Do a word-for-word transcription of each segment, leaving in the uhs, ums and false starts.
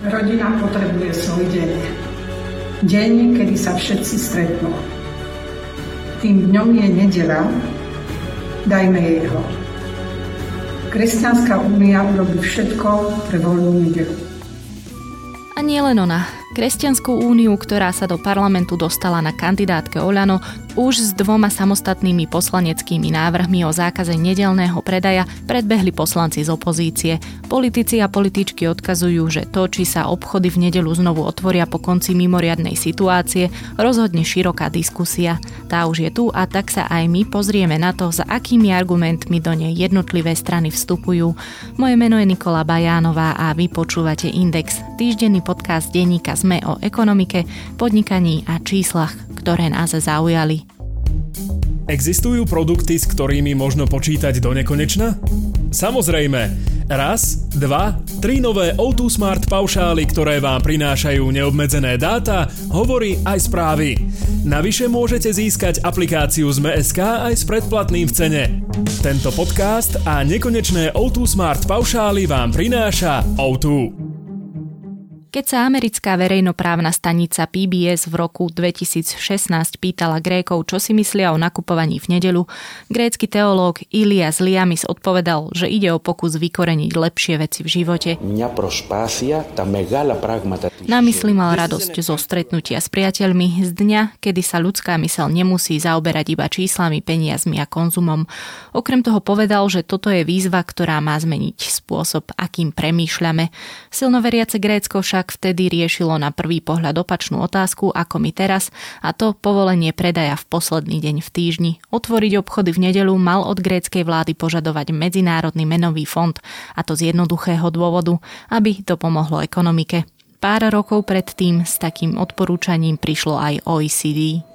Rodina potrebuje svoj deň. Deň, kedy sa všetci stretnú. Tým dňom je nedeľa, dajme jej ho. Kresťanská únia urobí všetko pre voľnú nedeľu. A nie len ona. Kresťanskú úniu, ktorá sa do parlamentu dostala na kandidátke Oľano, už s dvoma samostatnými poslaneckými návrhmi o zákaze nedeľného predaja predbehli poslanci z opozície. Politici a političky odkazujú, že to, či sa obchody v nedeľu znovu otvoria po konci mimoriadnej situácie, rozhodne široká diskusia. Tá už je tu a tak sa aj my pozrieme na to, za akými argumentmi do nej jednotlivé strany vstupujú. Moje meno je Nikola Bajánová a vy počúvate Index, týždenný podcast denníka SME o ekonomike, podnikaní a číslach, ktoré nás zaujali. Existujú produkty, s ktorými možno počítať do nekonečna? Samozrejme. Raz, dva, tri nové ó dva Smart paušály, ktoré vám prinášajú neobmedzené dáta, hovorí aj správy. Navyše môžete získať aplikáciu SME bodka es ká aj s predplatným v cene. Tento podcast a nekonečné ó dva Smart paušály vám prináša ó dva. Keď sa americká verejnoprávna stanica pé bé es v roku dvetisícšestnásť pýtala Grékov, čo si myslia o nakupovaní v nedeľu, grécky teológ Ilias Liamis odpovedal, že ide o pokus vykoreniť lepšie veci v živote. Na mysli mal radosť zo stretnutia s priateľmi z dňa, kedy sa ľudská myseľ nemusí zaoberať iba číslami, peniazmi a konzumom. Okrem toho povedal, že toto je výzva, ktorá má zmeniť spôsob, akým premýšľame. Silnoveriace Grécko však vtedy riešilo na prvý pohľad opačnú otázku ako my teraz, a to povolenie predaja v posledný deň v týždni. Otvoriť obchody v nedeľu mal od gréckej vlády požadovať Medzinárodný menový fond, a to z jednoduchého dôvodu, aby to pomohlo ekonomike. Pár rokov predtým s takým odporúčaním prišlo aj ó é cé dé.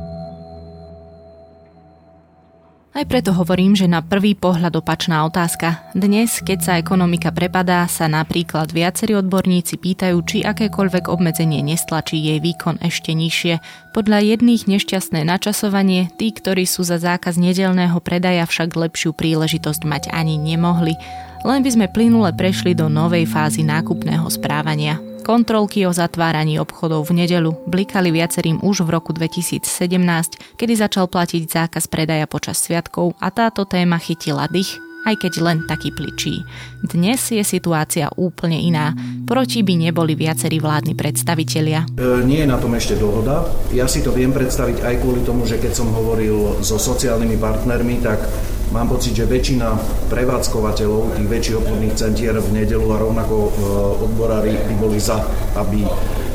Aj preto hovorím, že na prvý pohľad opačná otázka. Dnes, keď sa ekonomika prepadá, sa napríklad viacerí odborníci pýtajú, či akékoľvek obmedzenie nestlačí jej výkon ešte nižšie. Podľa jedných nešťastné načasovanie, tí, ktorí sú za zákaz nedeľného predaja, však lepšiu príležitosť mať ani nemohli. Len by sme plynule prešli do novej fázy nákupného správania. Kontrolky o zatváraní obchodov v nedeľu blikali viacerým už v roku dvetisícsedemnásť, kedy začal platiť zákaz predaja počas sviatkov a táto téma chytila dych, aj keď len taký pličí. Dnes je situácia úplne iná. Proti by neboli viacerí vládni predstavitelia. E, nie je na tom ešte dohoda. Ja si to viem predstaviť aj kvôli tomu, že keď som hovoril so sociálnymi partnermi, tak mám pocit, že väčšina prevádzkovateľov tých väčších obchodných centier v nedeľu a rovnako e, odborári by boli za, aby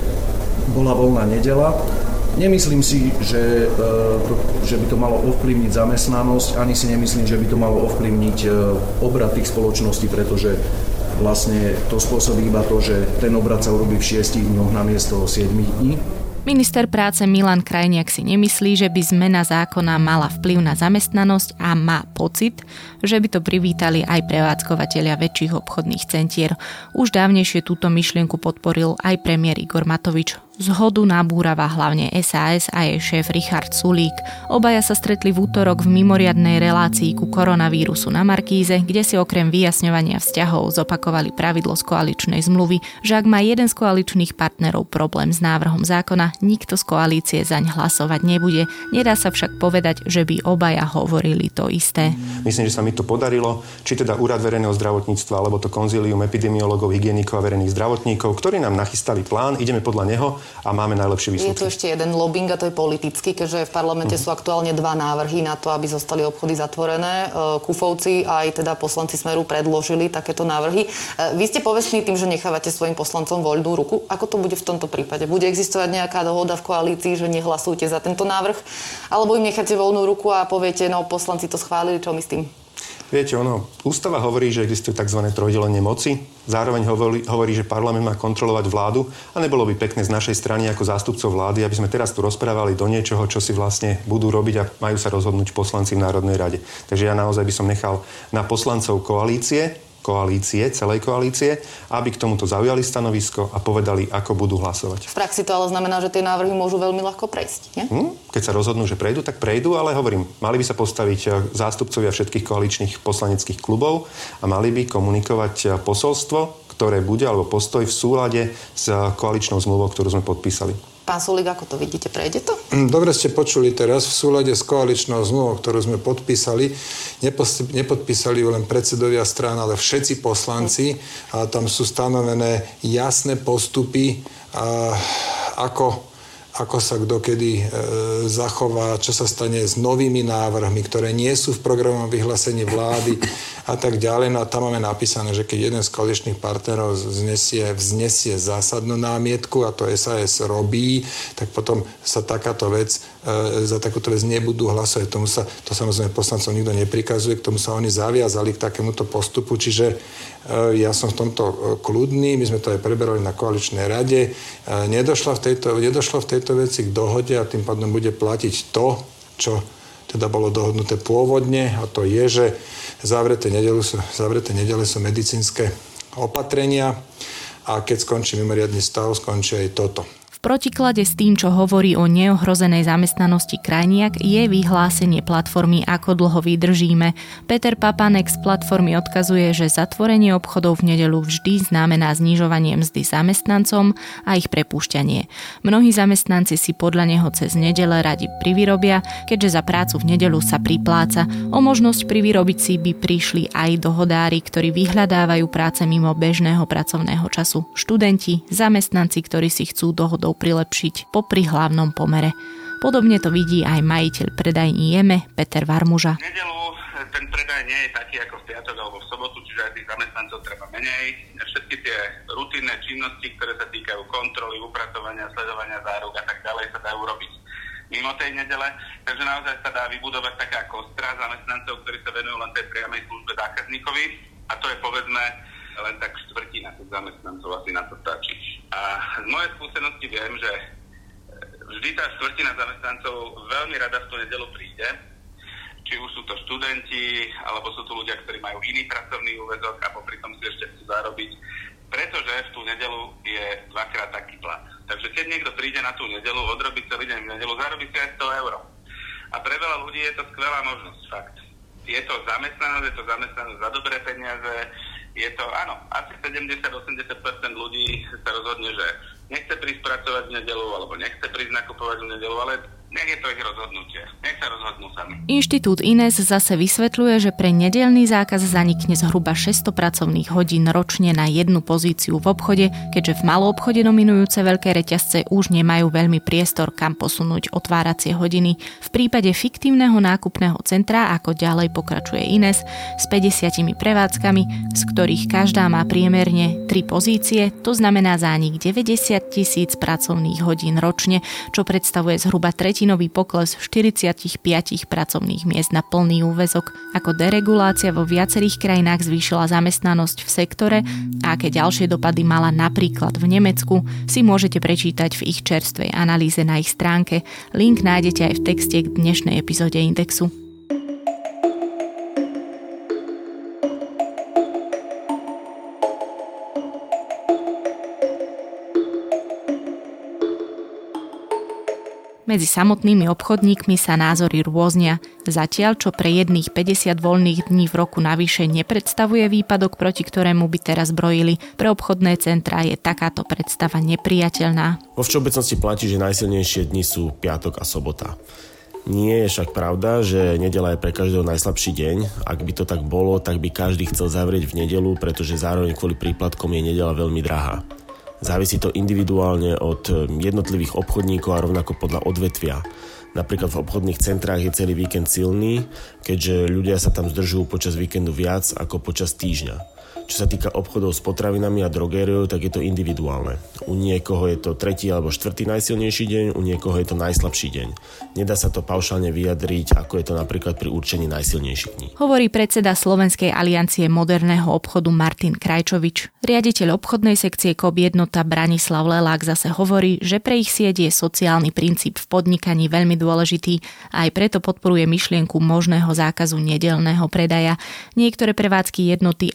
bola voľná nedeľa. Nemyslím si, že, e, to, že by to malo ovplyvniť zamestnanosť, ani si nemyslím, že by to malo ovplyvniť e, obrat tých spoločností, pretože vlastne to spôsobí iba to, že ten obrat sa urobí v šiestich dňoch namiesto siedmich dní. Minister práce Milan Krajniak si nemyslí, že by zmena zákona mala vplyv na zamestnanosť a má pocit, že by to privítali aj prevádzkovateľia väčších obchodných centier. Už dávnejšie túto myšlienku podporil aj premiér Igor Matovič. Zhodu nabúrava hlavne es a es a jej šéf Richard Sulík. Obaja sa stretli v útorok v mimoriadnej relácii ku koronavírusu na Markíze, kde si okrem vyjasňovania vzťahov zopakovali pravidlo z koaličnej zmluvy, že ak má jeden z koaličných partnerov problém s návrhom zákona, nikto z koalície zaň hlasovať nebude. Nedá sa však povedať, že by obaja hovorili to isté. Myslím, že sa mi to podarilo, či teda Úrad verejného zdravotníctva, alebo to konzílium epidemiológov, hygienikov a verejných zdravotníkov, ktorí nám nachystali plán, ideme podľa neho a máme najlepšie výsledky. Je tu ešte jeden lobbying a to je politický, keďže v parlamente uh-huh. sú aktuálne dva návrhy na to, aby zostali obchody zatvorené. Kufovci aj teda poslanci Smeru predložili takéto návrhy. Vy ste povestní tým, že nechávate svojim poslancom voľnú ruku. Ako to bude v tomto prípade? Bude existovať nejaká dohoda v koalícii, že nehlasujte za tento návrh? Alebo im necháte voľnú ruku a poviete, no poslanci to schválili, čo my s tým? Viete, ono, ústava hovorí, že existuje tzv. Trojdelenie moci. Zároveň hovorí, hovorí, že parlament má kontrolovať vládu a nebolo by pekné z našej strany ako zástupcov vlády, aby sme teraz tu rozprávali do niečoho, čo si vlastne budú robiť a majú sa rozhodnúť poslanci v Národnej rade. Takže ja naozaj by som nechal na poslancov koalície, koalície, celej koalície, aby k tomuto zaujali stanovisko a povedali, ako budú hlasovať. V praxi to ale znamená, že tie návrhy môžu veľmi ľahko prejsť, nie? Hm? Keď sa rozhodnú, že prejdú, tak prejdú, ale hovorím, mali by sa postaviť zástupcovia všetkých koaličných poslaneckých klubov a mali by komunikovať posolstvo, ktoré bude, alebo postoj v súlade s koaličnou zmluvou, ktorú sme podpísali. Pán Sulík, ako to vidíte, prejde to? Dobre ste počuli teraz, v súlade s koaličnou zmluvou, ktorú sme podpísali, nepodpísali ju len predsedovia strán, ale všetci poslanci. A tam sú stanovené jasné postupy, a ako, ako sa kdokedy e, zachová, čo sa stane s novými návrhmi, ktoré nie sú v programovom vyhlásení vlády a tak ďalej. No a tam máme napísané, že keď jeden z koaličných partnerov vznesie, vznesie zásadnú námietku, a to es a es robí, tak potom sa takáto vec, e, za takúto vec nebudú hlasovať. Tomu sa, to samozrejme poslancom nikto neprikazuje, k tomu sa oni zaviazali k takémuto postupu, čiže e, ja som v tomto kľudný, my sme to aj preberali na koaličnej rade. E, nedošlo v tejto, nedošlo v tejto veci k dohode a tým pádom bude platiť to, čo teda bolo dohodnuté pôvodne, a to je, že zavreté nedele sú, zavreté nedele sú medicínske opatrenia a keď skončí mimoriadny stav, skončí aj toto. V protiklade s tým, čo hovorí o neohrozenej zamestnanosti krajniak, je vyhlásenie platformy Ako dlho vydržíme. Peter Papanek z platformy odkazuje, že zatvorenie obchodov v nedeľu vždy znamená znižovanie mzdy zamestnancom a ich prepúšťanie. Mnohí zamestnanci si podľa neho cez nedele radi privyrobia, keďže za prácu v nedeľu sa pripláca. O možnosť privyrobiť si by prišli aj dohodári, ktorí vyhľadávajú práce mimo bežného pracovného času. Študenti, zamestnanci, ktorí si chcú dohodou prilepšiť popri hlavnom pomere. Podobne to vidí aj majiteľ predajní Jeme Peter Varmuža. V nedeľu ten predaj nie je taký ako v piatok alebo v sobotu, čiže aj tých zamestnancov treba menej. Všetky tie rutinné činnosti, ktoré sa týkajú kontroly, upratovania, sledovania záruk a tak ďalej, sa dajú robiť mimo tej nedele. Takže naozaj sa dá vybudovať taká kostra zamestnancov, ktorí sa venujú len tej priamej službe zákazníkovi, a to je povedzme len tak štvrtina tých zamestnancov, asi na to stačí. A z mojej skúsenosti viem, že vždy tá štvrtina zamestnancov veľmi rada v tú nedeľu príde, či už sú to študenti, alebo sú to ľudia, ktorí majú iný pracovný úväzok a popri tom si ešte chcú zarobiť, pretože v tú nedeľu je dvakrát taký plat. Takže keď niekto príde na tú nedeľu, odrobí celý deň v nedeľu, zarobí si aj sto eur. A pre veľa ľudí je to skvelá možnosť, fakt. Je to zamestnanosť, je to zamestnanosť za dobré peniaze. Je to, áno, asi sedemdesiat až osemdesiat percent ľudí sa rozhodne, že nechce prísť pracovať v nedeľu alebo nechce prísť nakupovať v nedeľu, ale nech je to ich rozhodnutie. Nech sa rozhodnú sami. Inštitút Ines zase vysvetľuje, že pre nedeľný zákaz zanikne zhruba šesťsto pracovných hodín ročne na jednu pozíciu v obchode, keďže v maloobchode dominujúce veľké reťazce už nemajú veľmi priestor, kam posunúť otváracie hodiny. V prípade fiktívneho nákupného centra, ako ďalej pokračuje Ines, s päťdesiatimi prevádzkami, z ktorých každá má priemerne tri pozície, to znamená zánik deväťdesiat tisíc pracovných hodín ročne, čo predstavuje zhruba tretinový pokles štyridsaťpäť pracovných miest na plný úväzok. Ako deregulácia vo viacerých krajinách zvýšila zamestnanosť v sektore a aké ďalšie dopady mala napríklad v Nemecku, si môžete prečítať v ich čerstvej analýze na ich stránke. Link nájdete aj v texte k dnešnej epizóde Indexu. Medzi samotnými obchodníkmi sa názory rôznia. Zatiaľ, čo pre jedných päťdesiat voľných dní v roku navyše nepredstavuje výpadok, proti ktorému by teraz brojili, pre obchodné centrá je takáto predstava nepriateľná. Vo všeobecnosti platí, že najsilnejšie dni sú piatok a sobota. Nie je však pravda, že nedeľa je pre každého najslabší deň. Ak by to tak bolo, tak by každý chcel zavrieť v nedeľu, pretože zároveň kvôli príplatkom je nedeľa veľmi drahá. Závisí to individuálne od jednotlivých obchodníkov a rovnako podľa odvetvia. Napríklad v obchodných centrách je celý víkend silný, keďže ľudia sa tam zdržujú počas víkendu viac ako počas týždňa. Čo sa týka obchodov s potravinami a drogériou, tak je to individuálne. U niekoho je to tretí alebo štvrtý najsilnejší deň, u niekoho je to najslabší deň. Nedá sa to paušálne vyjadriť, ako je to napríklad pri určení najsilnejších dní. Hovorí predseda Slovenskej aliancie moderného obchodu Martin Krajčovič. Riaditeľ obchodnej sekcie ká ó bé Jednota Branislav Lelák zase hovorí, že pre ich sieť je sociálny princíp v podnikaní veľmi dôležitý a aj preto podporuje myšlienku možného zákazu nedeľného predaja. Niektoré prevádzky jednoty aj sú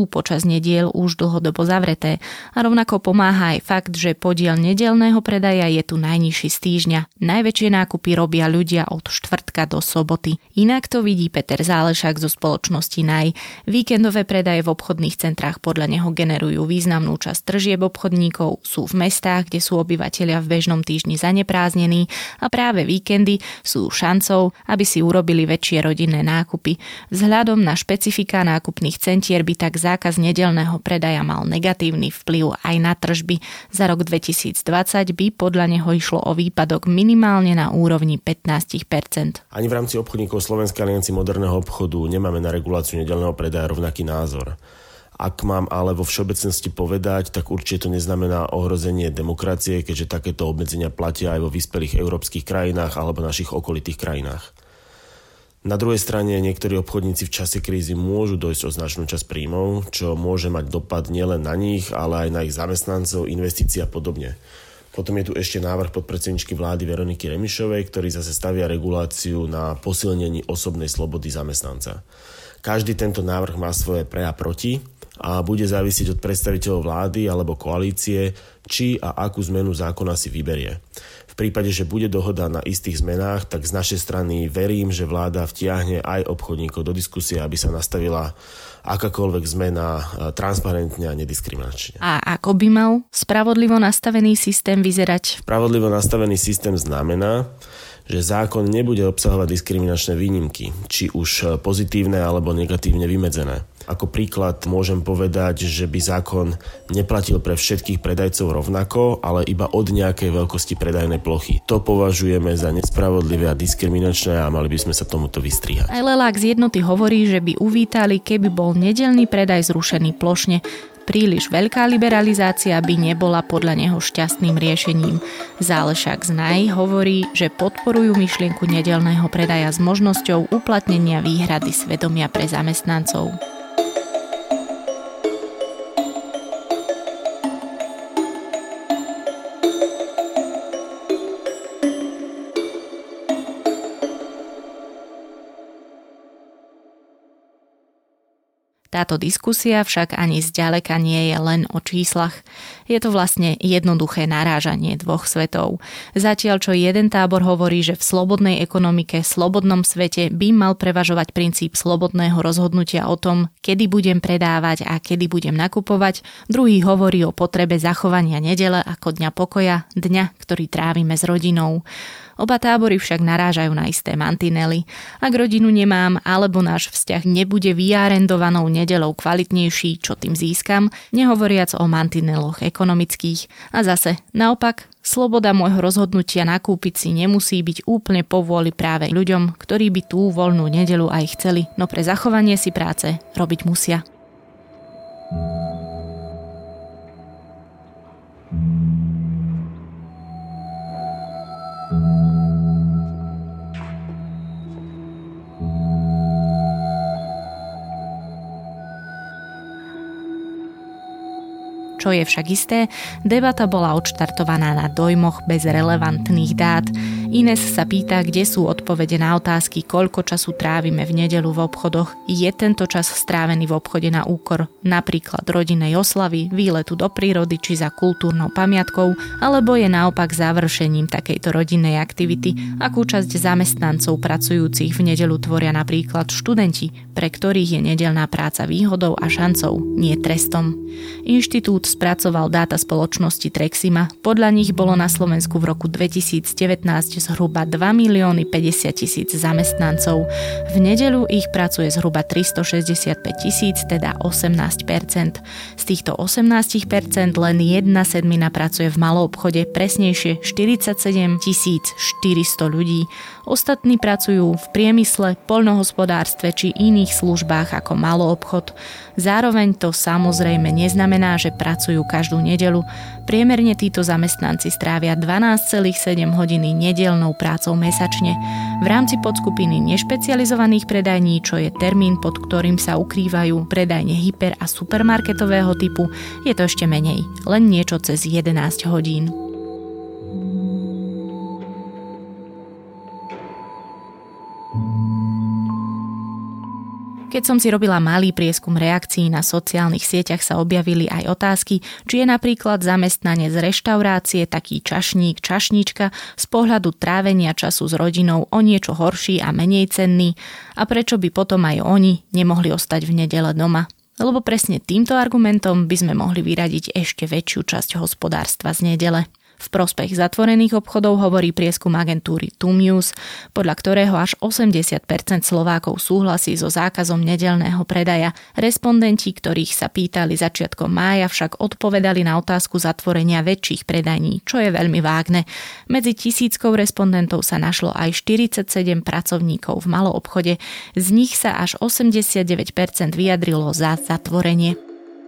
sú počas nediel už dlhodobo zavreté a rovnako pomáha aj fakt, že podiel nedeľného predaja je tu najnižší z týždňa. Najväčšie nákupy robia ľudia od štvrtka do soboty. Inak to vidí Peter Zálešák zo spoločnosti Naj. Víkendové predaje v obchodných centrách podľa neho generujú významnú časť tržieb obchodníkov, sú v mestách, kde sú obyvatelia v bežnom týždni zaneprázdnení a práve víkendy sú šancou, aby si urobili väčšie rodinné nákupy. Vzhľadom na špecifika nákupných centier by tak zákaz nedeľného predaja mal negatívny vplyv aj na tržby. Za rok dvetisícdvadsať by podľa neho išlo o výpadok minimálne na úrovni pätnásť percent. Ani v rámci obchodníkov Slovenskej aliancie moderného obchodu nemáme na reguláciu nedeľného predaja rovnaký názor. Ak mám ale vo všeobecnosti povedať, tak určite to neznamená ohrozenie demokracie, keďže takéto obmedzenia platia aj vo vyspelých európskych krajinách alebo našich okolitých krajinách. Na druhej strane niektorí obchodníci v čase krízy môžu dojsť o značnú časť príjmov, čo môže mať dopad nielen na nich, ale aj na ich zamestnancov, investície a podobne. Potom je tu ešte návrh podpredsedničky vlády Veroniky Remišovej, ktorý zase stavia reguláciu na posilnení osobnej slobody zamestnanca. Každý tento návrh má svoje pre a proti a bude závisieť od predstaviteľov vlády alebo koalície, či a akú zmenu zákona si vyberie. V prípade, že bude dohoda na istých zmenách, tak z našej strany verím, že vláda vtiahne aj obchodníkov do diskusie, aby sa nastavila akákoľvek zmena transparentne a nediskriminačne. A ako by mal spravodlivo nastavený systém vyzerať? Spravodlivo nastavený systém znamená, že zákon nebude obsahovať diskriminačné výnimky, či už pozitívne alebo negatívne vymedzené. Ako príklad môžem povedať, že by zákon neplatil pre všetkých predajcov rovnako, ale iba od nejakej veľkosti predajnej plochy. To považujeme za nespravodlivé a diskriminačné a mali by sme sa tomuto vystrihať. Aj Lelák z Jednoty hovorí, že by uvítali, keby bol nedeľný predaj zrušený plošne. Príliš veľká liberalizácia by nebola podľa neho šťastným riešením. Zálešák z Naj hovorí, že podporujú myšlienku nedeľného predaja s možnosťou uplatnenia výhrady svedomia pre zamestnancov. Táto diskusia však ani zďaleka nie je len o číslach. Je to vlastne jednoduché narážanie dvoch svetov. Zatiaľ, čo jeden tábor hovorí, že v slobodnej ekonomike, slobodnom svete by mal prevažovať princíp slobodného rozhodnutia o tom, kedy budem predávať a kedy budem nakupovať, druhý hovorí o potrebe zachovania nedele ako dňa pokoja, dňa, ktorý trávime s rodinou. Oba tábory však narážajú na isté mantinely. Ak rodinu nemám, alebo náš vzťah nebude vyarendovanou nedeľou kvalitnejší, čo tým získam, nehovoriac o mantineloch ekonomických. A zase, naopak, sloboda môjho rozhodnutia nakúpiť si nemusí byť úplne povôli práve ľuďom, ktorí by tú voľnú nedeľu aj chceli, no pre zachovanie si práce robiť musia. Čo je však isté, debata bola odštartovaná na dojmoch bez relevantných dát. Ines sa pýta, kde sú odpovede na otázky, koľko času trávime v nedeľu v obchodoch. Je tento čas strávený v obchode na úkor napríklad rodinnej oslavy, výletu do prírody či za kultúrnou pamiatkou, alebo je naopak završením takejto rodinnej aktivity, akú časť zamestnancov pracujúcich v nedeľu tvoria napríklad študenti, pre ktorých je nedeľná práca výhodou a šancou, nie trestom. Inštitút spracoval dáta spoločnosti Trexima. Podľa nich bolo na Slovensku v roku dvetisícdevätnásť zhruba dva milióny päťdesiat tisíc zamestnancov. V nedeľu ich pracuje zhruba tristošesťdesiatpäť tisíc, teda osemnásť percent. Z týchto osemnásť percent len jedna sedmina pracuje v maloobchode, presnejšie štyridsaťsedem tisíc štyristo ľudí. Ostatní pracujú v priemysle, poľnohospodárstve či iných službách ako maloobchod. Zároveň to samozrejme neznamená, že pracujú každú nedeľu. Priemerne títo zamestnanci strávia dvanásť celá sedem hodiny nedeľnou prácou mesačne. V rámci podskupiny nešpecializovaných predajní, čo je termín, pod ktorým sa ukrývajú predajne hyper- a supermarketového typu, je to ešte menej, len niečo cez jedenásť hodín. Keď som si robila malý prieskum reakcií, na sociálnych sieťach sa objavili aj otázky, či je napríklad zamestnanec z reštaurácie, taký čašník, čašníčka z pohľadu trávenia času s rodinou o niečo horší a menej cenný a prečo by potom aj oni nemohli ostať v nedele doma. Lebo presne týmto argumentom by sme mohli vyradiť ešte väčšiu časť hospodárstva z nedele. V prospech zatvorených obchodov hovorí prieskum agentúry two news, podľa ktorého až osemdesiat percent Slovákov súhlasí so zákazom nedeľného predaja. Respondenti, ktorých sa pýtali začiatkom mája, však odpovedali na otázku zatvorenia väčších predajní, čo je veľmi vágne. Medzi tisíckou respondentov sa našlo aj štyridsaťsedem pracovníkov v maloobchode, z nich sa až osemdesiatdeväť percent vyjadrilo za zatvorenie.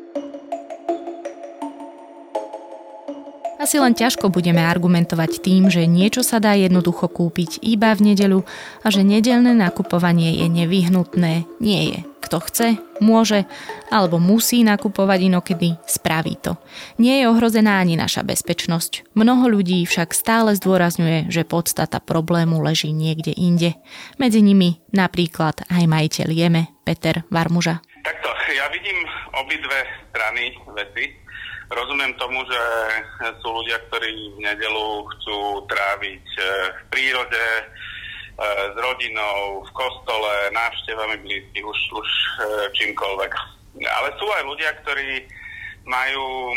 Asi len ťažko budeme argumentovať tým, že niečo sa dá jednoducho kúpiť iba v nedeľu a že nedeľné nakupovanie je nevyhnutné. Nie je. Kto chce, môže alebo musí nakupovať inokedy, spraví to. Nie je ohrozená ani naša bezpečnosť. Mnoho ľudí však stále zdôrazňuje, že podstata problému leží niekde inde. Medzi nimi napríklad aj majiteľ Jeme, Peter Varmuža. Takto, ja vidím obidve strany veci. Rozumiem tomu, že sú ľudia, ktorí v nedeľu chcú tráviť v prírode, s rodinou, v kostole, návštevami blízkych, už, už čímkoľvek. Ale sú aj ľudia, ktorí majú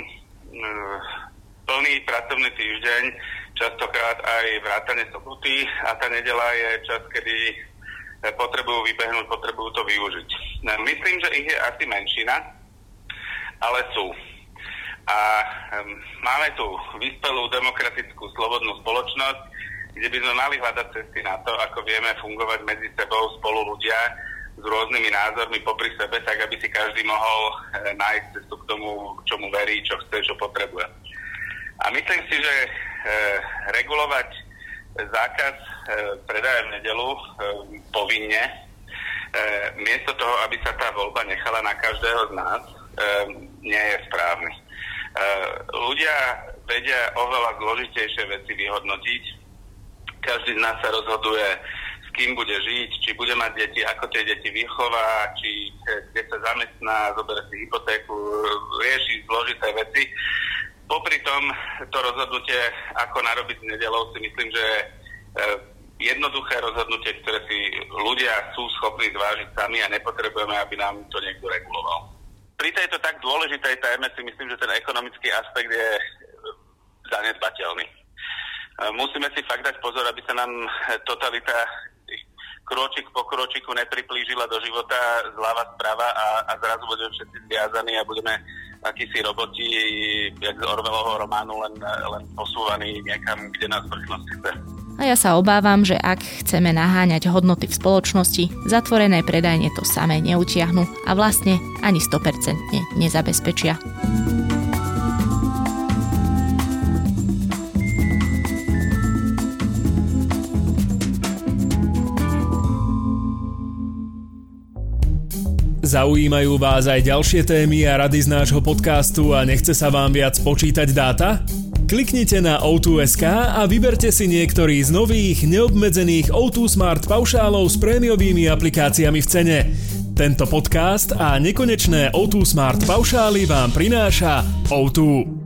plný pracovný týždeň, častokrát aj vrátane soboty a tá nedeľa je čas, kedy potrebujú vybehnúť, potrebujú to využiť. Myslím, že ich je asi menšina, ale sú. A um, máme tu vyspelú, demokratickú, slobodnú spoločnosť, kde by sme mali hľadať cesty na to, ako vieme fungovať medzi sebou spolu ľudia s rôznymi názormi popri sebe, tak aby si každý mohol e, nájsť cestu k tomu, čomu verí, čo chce, čo potrebuje. A myslím si, že e, regulovať zákaz e, predaja v nedeľu e, povinne, e, miesto toho, aby sa tá voľba nechala na každého z nás, e, nie je správny. Ľudia vedia oveľa zložitejšie veci vyhodnotiť. Každý z nás sa rozhoduje, s kým bude žiť, či bude mať deti, ako tie deti vychová, či kde sa zamestná, zoberie si hypotéku, rieši zložité veci. Popri tom to rozhodnutie, ako narobiť s nedeľou, si myslím, že jednoduché rozhodnutie, ktoré si ľudia sú schopní zvážiť sami a nepotrebujeme, aby nám to niekto reguloval. Pri tejto tak dôležitej téme si myslím, že ten ekonomický aspekt je zanedbateľný. Musíme si fakt dať pozor, aby sa nám totalita kročík po kročíku nepriplížila do života zľava sprava a, a zrazu budeme všetci zviazaní a budeme akísi roboti, jak z Orwellovho románu, len, len posúvaní niekam, kde nás vrchnosť chce. A ja sa obávam, že ak chceme naháňať hodnoty v spoločnosti, zatvorené predajne to samé neutiahnu a vlastne ani sto percent nezabezpečia. Zaujímajú vás aj ďalšie témy a rady z nášho podcastu a nechce sa vám viac počítať dáta? Kliknite na ó dva bodka es ká a vyberte si niektorý z nových, neobmedzených ó dva Smart paušálov s prémiovými aplikáciami v cene. Tento podcast a nekonečné ó dva Smart paušály vám prináša ó dva.